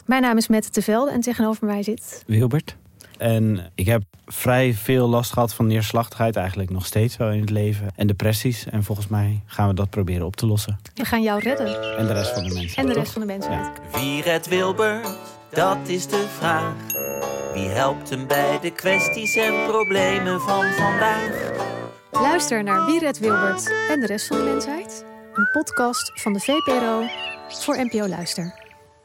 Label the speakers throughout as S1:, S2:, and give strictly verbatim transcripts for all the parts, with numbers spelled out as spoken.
S1: Mijn naam is Mette Tevelde en tegenover mij zit...
S2: Wilbert. En ik heb vrij veel last gehad van neerslachtigheid, eigenlijk nog steeds wel in het leven. En depressies. En volgens mij gaan we dat proberen op te lossen.
S1: We gaan jou redden.
S2: En de rest van de mensen.
S1: En de
S2: toch?
S1: rest van de mensen. Ja.
S3: Wie redt Wilbert? Dat is de vraag. Wie helpt hem bij de kwesties en problemen van vandaag?
S1: Luister naar Wie redt Wilbert en de rest van de mensheid. Een podcast van de V P R O voor N P O Luister.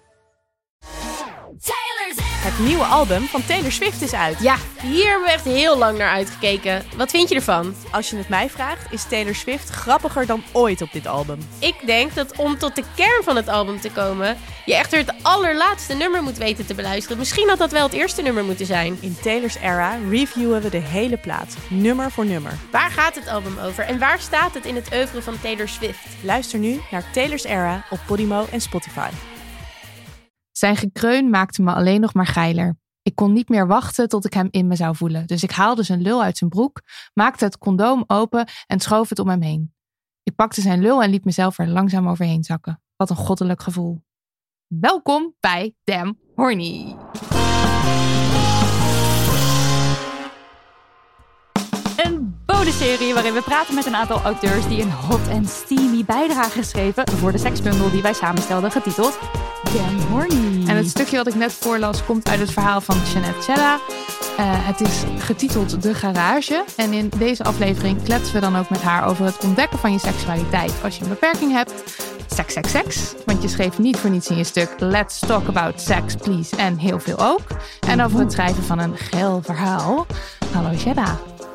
S4: Het nieuwe album van Taylor Swift is uit.
S5: Ja, hier hebben we echt heel lang naar uitgekeken. Wat vind je ervan?
S4: Als je het mij vraagt, is Taylor Swift grappiger dan ooit op dit album.
S5: Ik denk dat om tot de kern van het album te komen, je echt het allerlaatste nummer moet weten te beluisteren. Misschien had dat wel het eerste nummer moeten zijn.
S4: In Taylor's Era reviewen we de hele plaat, nummer voor nummer.
S5: Waar gaat het album over en waar staat het in het oeuvre van Taylor Swift?
S4: Luister nu naar Taylor's Era op Podimo en Spotify.
S6: Zijn gekreun maakte me alleen nog maar geiler. Ik kon niet meer wachten tot ik hem in me zou voelen. Dus ik haalde zijn lul uit zijn broek, maakte het condoom open en schoof het om hem heen. Ik pakte zijn lul en liet mezelf er langzaam overheen zakken. Wat een goddelijk gevoel. Welkom bij Damn Horny.
S7: Een bonusserie waarin we praten met een aantal auteurs die een hot en steamy bijdrage geschreven voor de seksbundel die wij samenstelden, getiteld Damn Horny.
S6: En het stukje wat ik net voorlas komt uit het verhaal van Jeanette Chella. Uh, het is getiteld De Garage. En in deze aflevering kletsen we dan ook met haar over het ontdekken van je seksualiteit. Als je een beperking hebt. Seks, seks, seks. Want je schreef niet voor niets in je stuk Let's talk about sex, please. En heel veel ook. En over het schrijven van een geil verhaal. Hallo Jedda.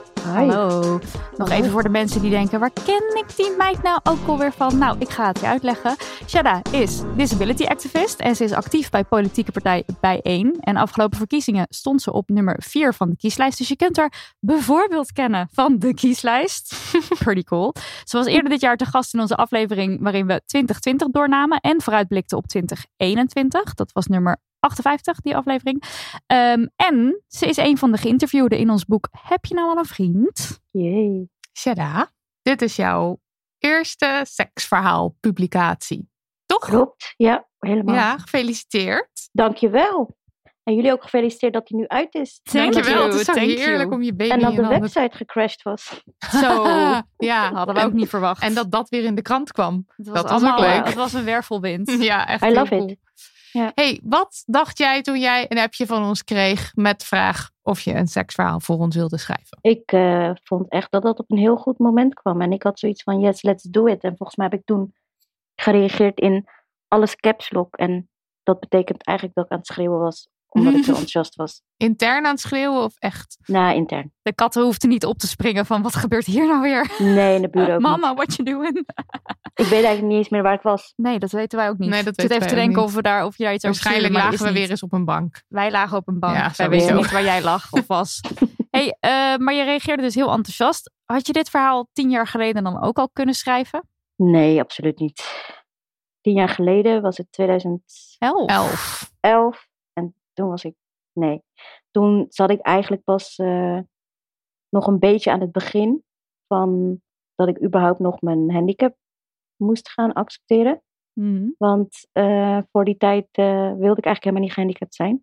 S7: Hallo. Nog even voor de mensen die denken, waar ken ik die meid nou ook alweer van? Nou, ik ga het je uitleggen. Shada is disability activist en ze is actief bij politieke partij Bijeen. En afgelopen verkiezingen stond ze op nummer vier van de kieslijst. Dus je kunt haar bijvoorbeeld kennen van de kieslijst. Pretty cool. Ze was eerder dit jaar te gast in onze aflevering waarin we twintig twintig doornamen en vooruitblikten op twintig eenentwintig. Dat was nummer achtenvijftig, die aflevering. Um, en ze is een van de geïnterviewden in ons boek Heb je nou al een vriend?
S6: Jee. Shada, dit is jouw eerste seksverhaal publicatie. Toch?
S8: Klopt, ja, helemaal.
S6: Ja, gefeliciteerd.
S8: Dankjewel. En jullie ook gefeliciteerd dat hij nu uit is.
S6: Dankjewel, het is zo heerlijk om je baby
S8: en dat de
S6: handen...
S8: website gecrashed was.
S7: Zo,
S6: ja,
S7: hadden we ook niet verwacht.
S6: En dat dat weer in de krant kwam.
S7: Het was
S6: dat was
S7: allemaal,
S6: ook leuk.
S7: Het was een wervelwind.
S6: Ja, echt
S8: I love
S6: cool.
S8: it. Ja.
S6: Hey, wat dacht jij toen jij een appje van ons kreeg met de vraag of je een seksverhaal voor ons wilde schrijven?
S8: Ik uh, vond echt dat dat op een heel goed moment kwam. En ik had zoiets van yes, let's do it. En volgens mij heb ik toen gereageerd in alles caps lock. En dat betekent eigenlijk dat ik aan het schreeuwen was, omdat ik zo enthousiast was.
S6: Intern aan het schreeuwen of echt?
S8: Nou, intern.
S7: De katten hoefden niet op te springen van wat gebeurt hier nou weer?
S8: Nee, in de buurt ook
S7: Mama,
S8: niet.
S7: what you doing?
S8: Ik weet eigenlijk niet eens meer waar ik was.
S7: Nee, dat weten wij ook niet.
S6: Nee, dat
S7: ik zit even te denken of, we daar, of je daar iets over
S6: Waarschijnlijk
S7: stuurde,
S6: lagen we weer eens op een bank.
S7: Wij lagen op een bank.
S6: Ja,
S7: wij weten niet waar jij lag of was. Hey, uh, maar je reageerde dus heel enthousiast. Had je dit verhaal tien jaar geleden dan ook al kunnen schrijven?
S8: Nee, absoluut niet. Tien jaar geleden was het tweeduizend
S6: elf.
S8: elf. En toen was ik... Nee. Toen zat ik eigenlijk pas uh, nog een beetje aan het begin van dat ik überhaupt nog mijn handicap moest gaan accepteren.
S7: Mm.
S8: Want uh, voor die tijd uh, wilde ik eigenlijk helemaal niet gehandicapt zijn.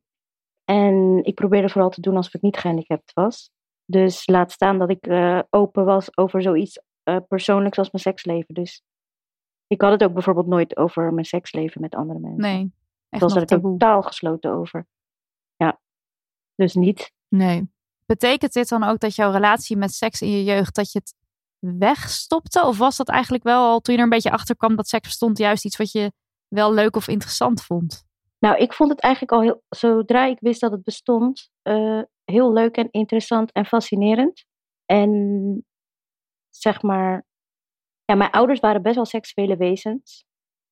S8: En ik probeerde vooral te doen alsof ik niet gehandicapt was. Dus laat staan dat ik uh, open was over zoiets uh, persoonlijks als mijn seksleven. Dus ik had het ook bijvoorbeeld nooit over mijn seksleven met andere mensen.
S7: Nee, echt
S8: was
S7: nog
S8: er
S7: taboe.
S8: totaal gesloten over. Ja, dus niet.
S6: Nee.
S7: Betekent dit dan ook dat jouw relatie met seks in je jeugd, dat je het wegstopte? Of was dat eigenlijk wel al, toen je er een beetje achter kwam dat seks bestond, juist iets wat je wel leuk of interessant vond?
S8: Nou, ik vond het eigenlijk al heel, zodra ik wist dat het bestond, uh, heel leuk en interessant en fascinerend. En zeg maar, ja, mijn ouders waren best wel seksuele wezens.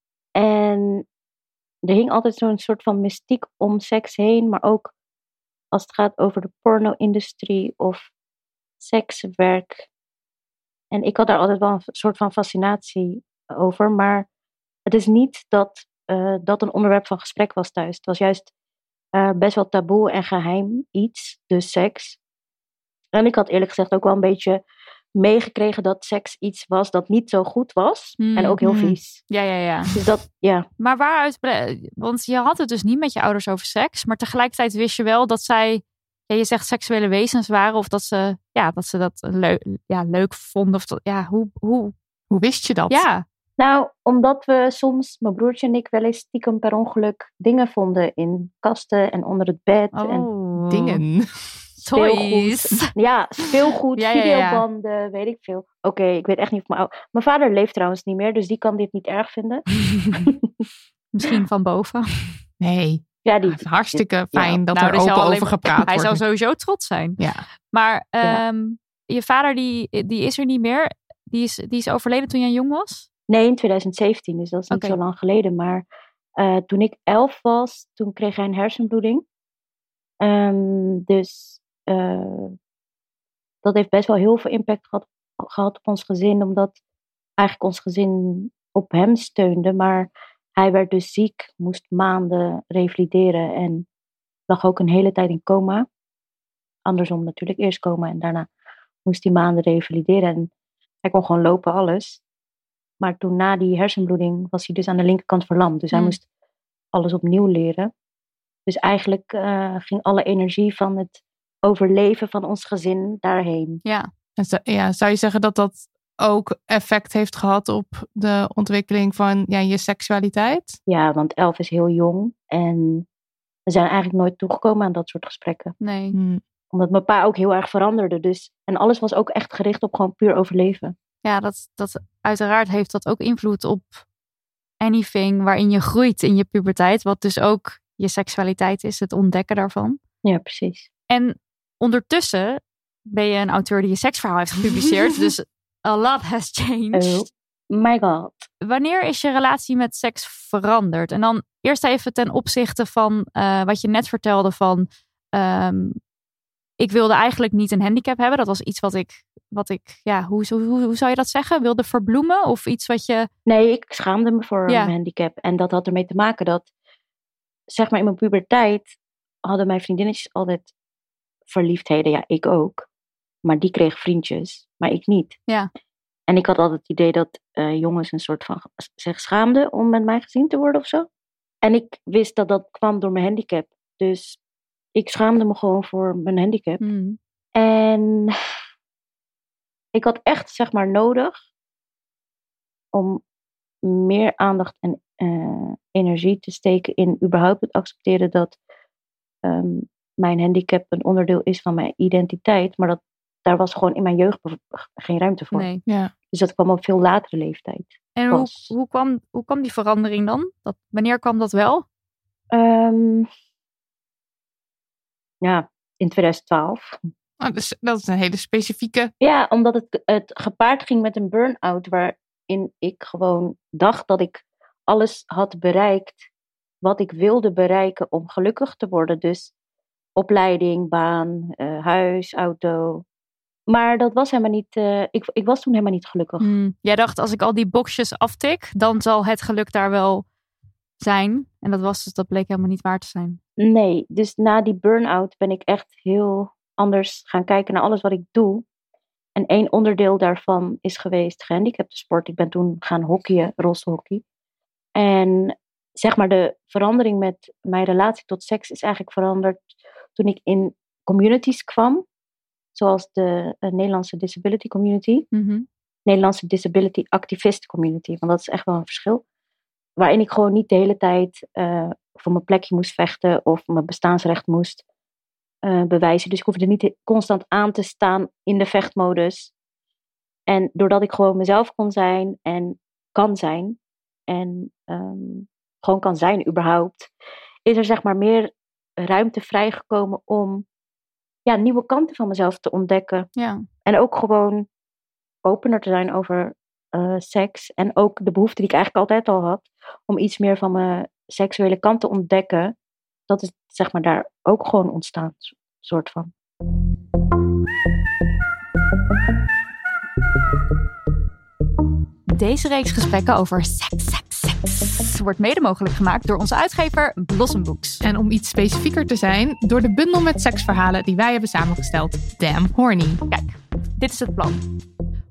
S8: En er hing altijd zo'n soort van mystiek om seks heen, maar ook als het gaat over de porno-industrie of sekswerk. En ik had daar altijd wel een soort van fascinatie over, maar het is niet dat uh, dat een onderwerp van gesprek was thuis. Het was juist uh, best wel taboe en geheim iets, dus seks. En ik had eerlijk gezegd ook wel een beetje meegekregen dat seks iets was dat niet zo goed was.
S7: Mm,
S8: en ook heel
S7: mm.
S8: vies.
S7: Ja, ja, ja.
S8: Dus dat, ja.
S7: Maar waaruit... Want je had het dus niet met je ouders over seks. Maar tegelijkertijd wist je wel dat zij... Ja, je zegt seksuele wezens waren. Of dat ze, ja, dat, ze dat leuk, ja, leuk vonden. Of dat, ja, hoe, hoe...
S6: Hoe wist je dat?
S7: Ja.
S8: Nou, omdat we soms, mijn broertje en ik, wel eens stiekem per ongeluk dingen vonden in kasten en onder het bed.
S7: Oh.
S8: En
S6: Dingen.
S7: Toys.
S8: Ja, speelgoed,
S7: Ja, ja, ja.
S8: videobanden, weet ik veel. Oké, okay, ik weet echt niet of mijn ouder... Mijn vader leeft trouwens niet meer, dus die kan dit niet erg vinden.
S7: Misschien van boven.
S6: Nee.
S8: Ja, die...
S6: Het is hartstikke fijn
S8: Ja.
S6: dat
S7: Nou,
S6: er
S7: er zou
S6: open
S7: alleen
S6: over
S7: maar-
S6: gepraat
S7: Hij
S6: wordt.
S7: zou sowieso trots zijn.
S6: Ja.
S7: Maar
S8: Ja.
S7: ehm, je vader die, die is er niet meer. Die is, die is overleden toen jij jong was?
S8: Nee, in twintig zeventien, dus dat is niet
S7: Oké.
S8: zo lang geleden. Maar uh, toen ik elf was, toen kreeg hij een hersenbloeding. Um, dus uh, dat heeft best wel heel veel impact gehad, gehad op ons gezin. Omdat eigenlijk ons gezin op hem steunde. Maar hij werd dus ziek, moest maanden revalideren. En lag ook een hele tijd in coma. Andersom natuurlijk, eerst coma en daarna moest hij maanden revalideren. En hij kon gewoon lopen, alles. Maar toen na die hersenbloeding was hij dus aan de linkerkant verlamd. Dus
S7: Hmm.
S8: hij moest alles opnieuw leren. Dus eigenlijk uh, ging alle energie van het overleven van ons gezin daarheen.
S7: Ja.
S6: En zo- ja, zou je zeggen dat dat ook effect heeft gehad op de ontwikkeling van ja, je seksualiteit?
S8: Ja, want elf is heel jong. En we zijn eigenlijk nooit toegekomen aan dat soort gesprekken.
S7: Nee.
S6: Hm.
S8: Omdat mijn pa ook heel erg veranderde. Dus, en alles was ook echt gericht op gewoon puur overleven.
S7: Ja, dat, dat uiteraard heeft dat ook invloed op anything waarin je groeit in je puberteit. Wat dus ook je seksualiteit is, het ontdekken daarvan.
S8: Ja, precies.
S7: En ondertussen ben je een auteur die een seksverhaal heeft gepubliceerd. Dus a lot has changed.
S8: Oh my god.
S7: Wanneer is je relatie met seks veranderd? En dan eerst even ten opzichte van uh, wat je net vertelde van... Um, ik wilde eigenlijk niet een handicap hebben. Dat was iets wat ik... Wat ik ja, hoe, hoe, hoe zou je dat zeggen? Wilde verbloemen? Of iets wat je...
S8: Nee, ik schaamde me voor
S7: Ja.
S8: mijn handicap. En dat had ermee te maken dat... Zeg maar in mijn puberteit... hadden mijn vriendinnetjes altijd verliefdheden. Ja, ik ook. Maar die kregen vriendjes. Maar ik niet.
S7: Ja.
S8: En ik had altijd het idee dat uh, jongens een soort van zich schaamden om met mij gezien te worden of zo. En ik wist dat dat kwam door mijn handicap. Dus ik schaamde me gewoon voor mijn handicap.
S7: Hmm.
S8: En ik had echt, zeg maar, nodig om meer aandacht en uh, energie te steken in überhaupt het accepteren dat um, mijn handicap een onderdeel is van mijn identiteit. Maar dat, daar was gewoon in mijn jeugd geen ruimte voor.
S7: Nee.
S6: Ja.
S8: Dus dat kwam op veel latere leeftijd.
S7: En hoe,
S8: Pas.
S7: hoe, kwam, hoe kwam die verandering dan? Dat, wanneer kwam dat wel?
S8: Um, ja, in twintig twaalf.
S6: Oh, dus dat is een hele specifieke...
S8: Ja, omdat het, het gepaard ging met een burn-out waarin ik gewoon dacht dat ik alles had bereikt wat ik wilde bereiken om gelukkig te worden. Dus opleiding, baan, uh, huis, auto. Maar dat was helemaal niet, uh, ik, ik was toen helemaal niet gelukkig.
S7: Hmm. Jij dacht, als ik al die boxjes aftik, dan zal het geluk daar wel zijn. En dat, was dus, dat bleek helemaal niet waar te zijn.
S8: Nee, dus na die burn-out ben ik echt heel anders gaan kijken naar alles wat ik doe. En één onderdeel daarvan is geweest gehandicaptensport. Ik ben toen gaan hockeyen, rolstoelhockey. En zeg maar de verandering met mijn relatie tot seks is eigenlijk veranderd toen ik in communities kwam. Zoals de uh, Nederlandse Disability Community.
S7: Mm-hmm.
S8: Nederlandse Disability Activist Community. Want dat is echt wel een verschil. Waarin ik gewoon niet de hele tijd uh, voor mijn plekje moest vechten. Of mijn bestaansrecht moest uh, bewijzen. Dus ik hoefde niet constant aan te staan in de vechtmodus. En doordat ik gewoon mezelf kon zijn en kan zijn. En um, gewoon kan zijn überhaupt. Is er zeg maar meer ruimte vrijgekomen om ja, nieuwe kanten van mezelf te ontdekken.
S7: Ja.
S8: En ook gewoon opener te zijn over uh, seks. En ook de behoefte die ik eigenlijk altijd al had. Om iets meer van mijn seksuele kant te ontdekken. Dat is zeg maar daar ook gewoon ontstaan. Soort van.
S7: Deze reeks gesprekken over seks, seks, seks leven wordt mede mogelijk gemaakt door onze uitgever Blossom Books.
S6: En om iets specifieker te zijn, door de bundel met seksverhalen die wij hebben samengesteld. Damn Horny.
S7: Kijk, dit is het plan.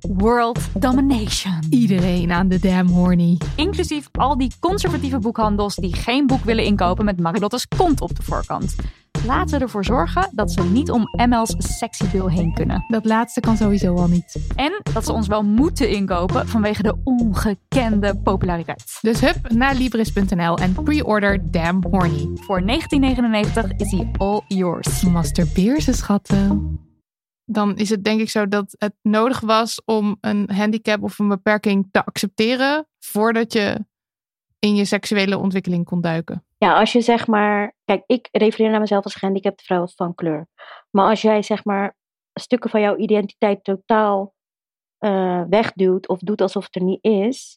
S7: World domination.
S6: Iedereen aan de Damn Horny.
S7: Inclusief al die conservatieve boekhandels die geen boek willen inkopen met Marilotte's kont op de voorkant. Laten we ervoor zorgen dat ze niet om M L's sexy bill heen kunnen.
S6: Dat laatste kan sowieso al niet.
S7: En dat ze ons wel moeten inkopen vanwege de ongekende populariteit.
S6: Dus hup naar Libris punt n l en pre-order Damn Horny.
S7: Voor negentien negenennegentig is die all yours.
S6: Masturbeer ze, schatten. Dan is het denk ik zo dat het nodig was om een handicap of een beperking te accepteren voordat je in je seksuele ontwikkeling kon duiken.
S8: Ja, als je zeg maar... Kijk, ik refereer naar mezelf als gehandicapte vrouw van kleur. Maar als jij zeg maar stukken van jouw identiteit totaal uh, wegduwt of doet alsof het er niet is,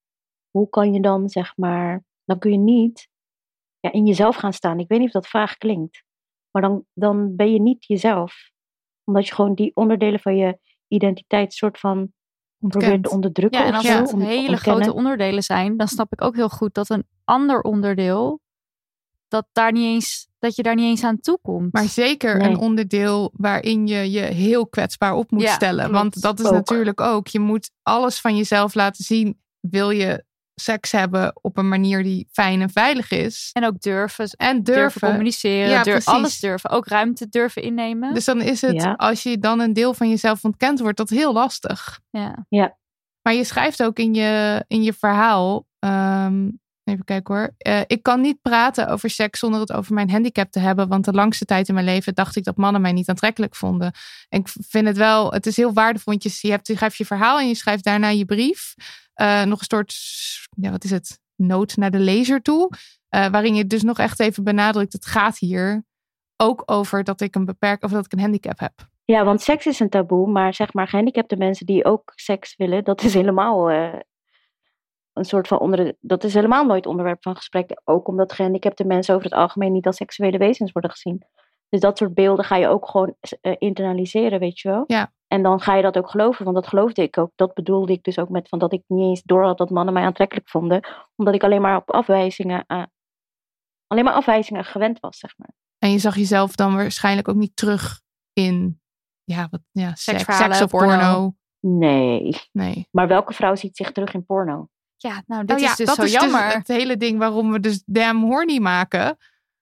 S8: hoe kan je dan zeg maar... Dan kun je niet ja, in jezelf gaan staan. Ik weet niet of dat vaag klinkt. Maar dan, dan ben je niet jezelf. Omdat je gewoon die onderdelen van je identiteit soort van
S6: Ontkent.
S8: probeert te onderdrukken.
S7: Ja, en
S8: of
S7: als
S8: zo,
S7: het
S8: om-
S7: hele
S8: ontkennen.
S7: grote onderdelen zijn, dan snap ik ook heel goed dat een ander onderdeel, dat, daar niet eens, dat je daar niet eens aan toe komt.
S6: Maar zeker
S8: Nee.
S6: een onderdeel waarin je je heel kwetsbaar op moet
S7: Ja,
S6: stellen.
S7: klopt.
S6: Want dat is
S8: Ook.
S6: natuurlijk ook. Je moet alles van jezelf laten zien. Wil je seks hebben op een manier die fijn en veilig is.
S7: En ook durven,
S6: En
S7: durven,
S6: durven.
S7: communiceren,
S6: Ja,
S7: dur-
S6: precies.
S7: alles durven. Ook ruimte durven innemen.
S6: Dus dan is het,
S8: Ja.
S6: als je dan een deel van jezelf ontkent, wordt dat heel lastig.
S7: ja.
S6: Maar je schrijft ook in je, in je verhaal. ehm, even kijken hoor. Eh, ik kan niet praten over seks zonder het over mijn handicap te hebben. Want de langste tijd in mijn leven dacht ik dat mannen mij niet aantrekkelijk vonden. En ik vind het wel, het is heel waardevol. Want je, je, hebt, je schrijft je verhaal en je schrijft daarna je brief. Uh, nog een soort, ja, wat is het? Noot naar de lezer toe. Uh, waarin je dus nog echt even benadrukt. Het gaat hier ook over dat ik een beperk of dat ik een handicap heb.
S8: Ja, want seks is een taboe, maar zeg maar gehandicapte mensen die ook seks willen, dat is helemaal uh, een soort van onder, dat is helemaal nooit onderwerp van gesprek. Ook omdat gehandicapte mensen over het algemeen niet als seksuele wezens worden gezien. Dus dat soort beelden ga je ook gewoon uh, internaliseren, weet je wel.
S6: Ja.
S8: En dan ga je dat ook geloven, want dat geloofde ik ook. Dat bedoelde ik dus ook met van dat ik niet eens door had dat mannen mij aantrekkelijk vonden, omdat ik alleen maar op afwijzingen, uh, alleen maar afwijzingen gewend was, zeg maar.
S6: En je zag jezelf dan waarschijnlijk ook niet terug in ja, wat, ja, seks,
S7: Seksverhalen,
S6: seks of
S7: porno.
S6: porno.
S8: Nee.
S6: Nee.
S8: Maar welke vrouw ziet zich terug in porno?
S7: Ja, nou, dit
S6: Nou ja,
S7: is dus
S6: dat
S7: zo
S6: is
S7: jammer.
S6: dus het hele ding waarom we dus Damn Horny maken.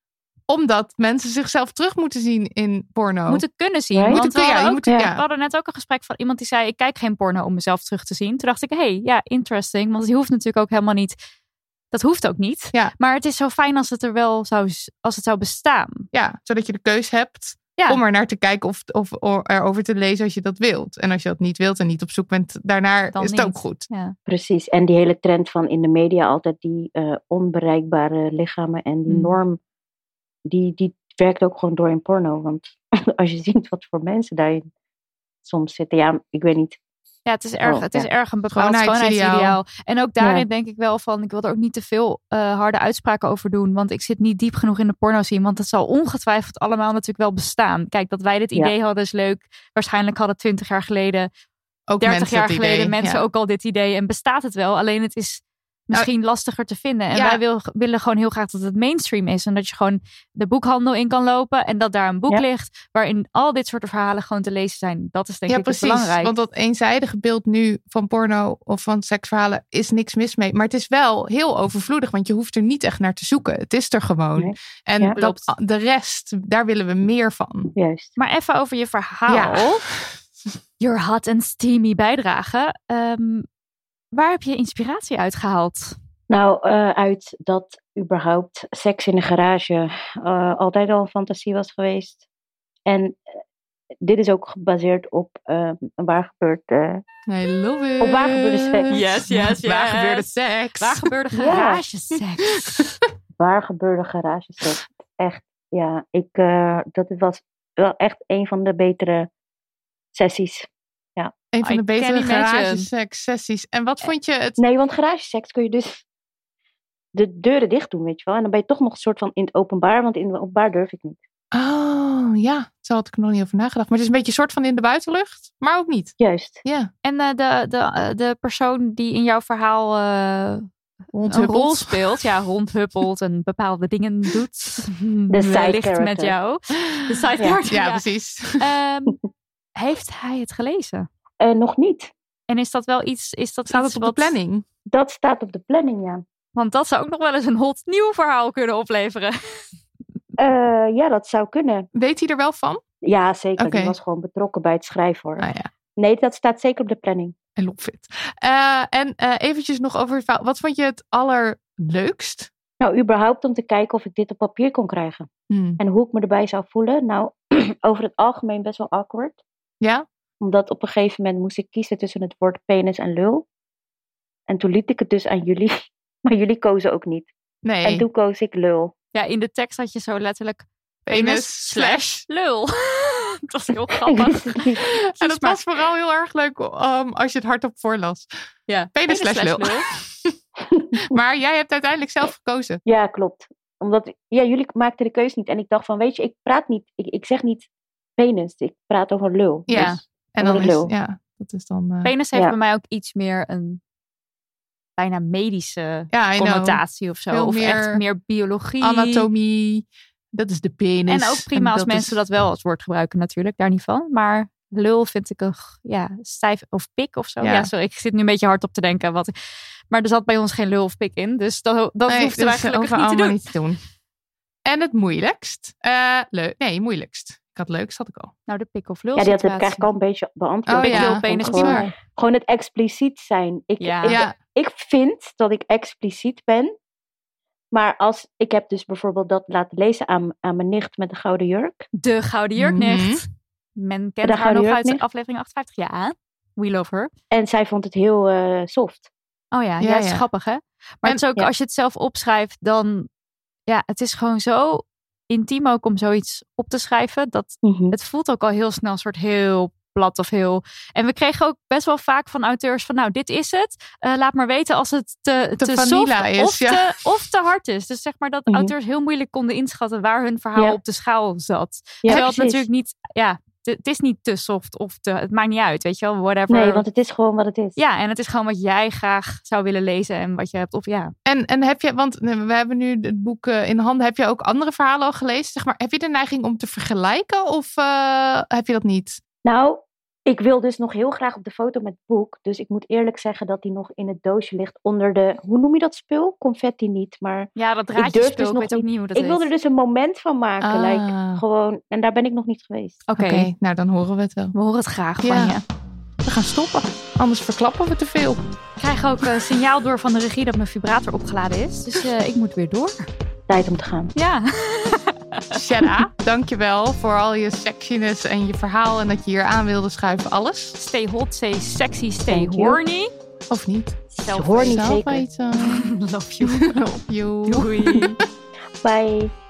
S6: Omdat mensen zichzelf terug moeten zien in porno.
S7: Moeten kunnen zien.
S8: Ja,
S7: want
S6: moeten
S7: we,
S6: kun- ja,
S7: hadden
S6: je
S7: ook,
S6: moet-
S8: ja.
S7: we hadden net ook een gesprek van iemand die zei, ik kijk geen porno om mezelf terug te zien. Toen dacht ik, hé, hey, ja, interesting. Want die hoeft natuurlijk ook helemaal niet. Dat hoeft ook niet.
S6: Ja.
S7: Maar het is zo fijn als het er wel zou, als het zou bestaan.
S6: Ja, zodat je de keus hebt
S7: Ja.
S6: om er naar te kijken of, of, of erover te lezen als je dat wilt. En als je dat niet wilt en niet op zoek bent daarnaar,
S7: Dan
S6: is het
S7: niet.
S6: ook goed.
S7: Ja.
S8: Precies. En die hele trend van in de media altijd die uh, onbereikbare lichamen en die
S7: Hmm.
S8: norm, die, die werkt ook gewoon door in porno. Want als je ziet wat voor mensen daarin soms zitten. Ja, ik weet niet.
S7: Ja, het is erg,
S8: Oh,
S7: het is
S8: ja.
S7: erg een bepaald
S6: Schoonheidsideaal.
S7: schoonheidsideaal. En ook daarin
S8: Ja.
S7: denk ik wel van, ik wil er ook niet te veel uh, harde uitspraken over doen. Want ik zit niet diep genoeg in de porno scene. Want het zal ongetwijfeld allemaal natuurlijk wel bestaan. Kijk, dat wij dit
S8: Ja.
S7: idee hadden is leuk. Waarschijnlijk hadden twintig jaar geleden,
S6: Ook
S7: dertig
S6: mensen
S7: jaar
S6: dat
S7: geleden
S6: idee.
S7: mensen
S6: Ja.
S7: ook al dit idee. En bestaat het wel. Alleen het is misschien lastiger te vinden. En
S6: Ja.
S7: wij wil, willen gewoon heel graag dat het mainstream is. En dat je gewoon de boekhandel in kan lopen. En dat daar een boek
S8: Ja.
S7: ligt waarin al dit soort verhalen gewoon te lezen zijn. Dat is denk
S6: Ja,
S7: ik het
S6: precies.
S7: belangrijk.
S6: Want dat eenzijdige beeld nu van porno of van seksverhalen is niks mis mee. Maar het is wel heel overvloedig, want je hoeft er niet echt naar te zoeken. Het is er gewoon.
S8: Nee.
S6: En
S8: Ja.
S6: dat, de rest, daar willen we meer van.
S8: Juist.
S7: Maar even over je verhaal.
S6: Ja.
S7: Your hot and steamy bijdrage. Um, waar heb je inspiratie uit gehaald?
S8: Nou, uh, uit dat überhaupt seks in de garage uh, altijd al een fantasie was geweest. En uh, dit is ook gebaseerd op uh, een waar gebeurd... Uh,
S6: I love it.
S8: Op waar gebeurde seks.
S7: Yes, yes,
S6: Waar
S7: yes.
S6: gebeurde seks.
S7: Waar gebeurde
S8: Ja.
S7: garageseks?
S8: waar gebeurde garage seks. Echt, ja. Ik, uh, dat was wel echt een van de betere sessies. Ja.
S6: Een van
S7: I
S6: de betere
S7: can imagine.
S6: garageseks sessies. En wat vond je het...
S8: Nee, want garageseks kun je dus de deuren dicht doen, weet je wel. En dan ben je toch nog een soort van in het openbaar, want in het openbaar durf ik niet.
S6: Oh, ja. Zo had ik er nog niet over nagedacht. Maar het is een beetje een soort van in de buitenlucht, maar ook niet.
S8: Juist.
S6: Ja.
S7: En uh, de, de, uh, de persoon die in jouw verhaal uh,
S6: Rond
S7: een rol speelt. Ja, rondhuppelt en bepaalde dingen doet.
S8: De side
S7: Wellicht
S8: character.
S7: met jou. De side
S8: Ja.
S7: character,
S6: Ja,
S7: ja.
S6: precies.
S7: Um, heeft hij het gelezen?
S8: Uh, nog niet.
S7: En is dat wel iets... Is dat
S6: Staat
S7: iets
S6: het op de
S7: wat-
S6: planning?
S8: Dat staat op de planning, ja.
S7: Want dat zou ook nog wel eens een hot nieuw verhaal kunnen opleveren.
S8: Uh, ja, dat zou kunnen.
S6: Weet hij er wel van?
S8: Ja, zeker.
S6: Oké.
S8: Die was gewoon betrokken bij het schrijven, hoor.
S6: Ah ja,
S8: Nee, dat staat zeker op de planning.
S6: I love it. Uh, en uh, eventjes nog over het verhaal. Wat vond je het allerleukst?
S8: Nou, überhaupt om te kijken of ik dit op papier kon krijgen.
S6: Hmm.
S8: En hoe ik me erbij zou voelen. Nou, over het algemeen best wel awkward.
S6: Ja?
S8: Omdat op een gegeven moment moest ik kiezen tussen het woord penis en lul. En toen liet ik het dus aan jullie. Maar jullie kozen ook niet.
S6: Nee.
S8: En toen koos ik lul.
S7: Ja, in de tekst had je zo letterlijk...
S6: Penis slash
S7: lul. Dat was heel
S8: Ik
S7: grappig.
S8: wist het niet.
S6: En dat was vooral heel erg leuk um, als je het hardop voorlas.
S7: Ja.
S6: Penis slash lul. Maar jij hebt uiteindelijk zelf gekozen.
S8: Ja, klopt. Omdat, ja, jullie maakten de keus niet. En ik dacht van, weet je, ik praat niet, ik, ik zeg niet penis. Ik praat over lul.
S6: Ja.
S8: Dus,
S6: En dan
S8: over
S6: is,
S8: lul.
S6: ja, dat is dan... Uh,
S7: Penis heeft
S8: Ja.
S7: bij mij ook iets meer een bijna medische
S6: ja, I know.
S7: connotatie of zo.
S6: Veel
S7: Of
S6: meer
S7: echt meer biologie.
S6: Anatomie. Dat is de penis.
S7: En ook prima als
S6: dat
S7: mensen
S6: is...
S7: dat wel als woord gebruiken natuurlijk, daar niet van. Maar lul vind ik een ja, stijf of pik of zo.
S6: Ja.
S7: Ja, sorry, ik zit nu een beetje hard op te denken. Wat ik... Maar er zat bij ons geen lul of pik in. Dus dat, dat
S6: nee,
S7: hoefden wij
S6: dat is
S7: gelukkig
S6: over
S7: niet te
S6: allemaal
S7: doen.
S6: niet te doen. En het moeilijkst? Uh, leuk. Nee, moeilijkst. Ik had leukst, had ik al.
S7: Nou, de pik of lul
S8: Ja, die had ik
S7: situatie.
S8: eigenlijk al een beetje beantwoord.
S6: Oh,
S7: Pik,
S6: ja.
S7: lul, penis,
S6: Dat is
S8: gewoon,
S6: waar.
S8: gewoon het expliciet zijn. Ik,
S7: Ja.
S8: ik,
S6: Ja.
S8: ik vind dat ik expliciet ben. Maar als ik heb dus bijvoorbeeld dat laten lezen aan, aan mijn nicht met de gouden jurk.
S7: De Gouden Jurknicht. Men kent
S8: De
S7: haar
S8: Gouden
S7: nog uit
S8: Jurknicht.
S7: aflevering achtenvijftig. Ja, we love her.
S8: En zij vond het heel uh, soft.
S7: Oh ja,
S6: Ja,
S7: ja, het is
S6: ja.
S7: grappig hè. Maar
S6: En-
S7: het is ook,
S8: ja.
S7: als je het zelf opschrijft, dan... Ja, het is gewoon zo intiem ook om zoiets op te schrijven. Dat
S8: Mm-hmm.
S7: het voelt ook al heel snel een soort heel plat of heel... En we kregen ook best wel vaak van auteurs van... Nou, dit is het. Uh, laat maar weten als het te,
S6: Te
S7: te
S6: vanilla
S7: soft
S6: is,
S7: of,
S6: ja.
S7: te, of te hard is. Dus zeg maar dat
S8: Mhm.
S7: auteurs heel moeilijk konden inschatten... waar hun verhaal
S8: Ja.
S7: op de schaal zat.
S8: Ja,
S7: Terwijl het
S8: precies.
S7: natuurlijk niet... Ja, te- het is niet te soft of te... Het maakt niet uit, weet je wel. Whatever.
S8: Nee, want het is gewoon wat het is.
S7: Ja, en het is gewoon wat jij graag zou willen lezen... en wat je hebt of ja.
S6: En, en heb je, want we hebben nu het boek uh, in handen. Heb je ook andere verhalen al gelezen? Zeg maar, heb je de neiging om te vergelijken of uh, heb je dat niet?
S8: Nou, ik wil dus nog heel graag op de foto met het boek. Dus ik moet eerlijk zeggen dat die nog in het doosje ligt onder de... Hoe noem je dat spul? Confetti niet, maar...
S7: Ja, dat
S8: durf
S7: draadjespul,
S8: dus
S7: ik
S8: nog
S7: weet ook niet hoe dat
S8: ik
S7: heet.
S8: wil er dus een moment van maken.
S6: Ah.
S8: Like, gewoon, en daar ben ik nog niet geweest.
S7: Oké,
S6: Oké, okay, nou dan horen we het wel.
S7: we horen het graag
S6: Ja.
S7: van je.
S6: We gaan stoppen, anders verklappen we te veel.
S7: Ik krijg ook een signaal door van de regie dat mijn vibrator opgeladen is. Dus uh, ik moet weer door.
S8: Tijd om te gaan.
S7: Ja.
S6: Shada, dankjewel voor al je sexiness en je verhaal en dat je hier aan wilde schuiven. Alles.
S7: Stay hot, stay sexy, stay
S8: Thank you.
S7: horny.
S6: Of niet?
S7: Zelf
S8: Horny
S6: Zelf
S8: zeker.
S6: weten.
S7: Love you.
S6: Love you.
S7: Doei.
S8: Bye.